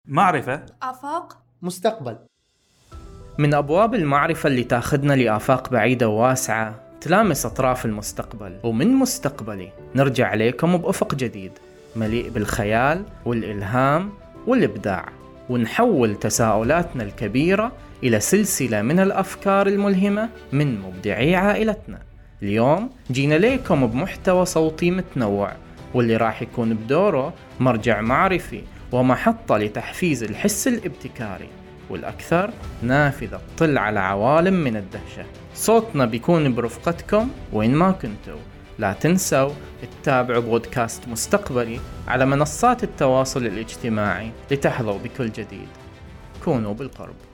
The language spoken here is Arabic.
معرفة، آفاق، مستقبل. من أبواب المعرفة اللي تاخدنا لآفاق بعيدة وواسعة تلامس أطراف المستقبل، ومن مستقبلي نرجع عليكم بأفق جديد مليء بالخيال والإلهام والإبداع، ونحول تساؤلاتنا الكبيرة إلى سلسلة من الأفكار الملهمة من مبدعي عائلتنا. اليوم جينا ليكم بمحتوى صوتي متنوع، واللي راح يكون بدوره مرجع معرفي ومحطة لتحفيز الحس الابتكاري، والأكثر نافذة تطل على عوالم من الدهشة. صوتنا بيكون برفقتكم وين ما كنتوا. لا تنسوا تتابعوا بودكاست مستقبلي على منصات التواصل الاجتماعي لتحظوا بكل جديد. كونوا بالقرب.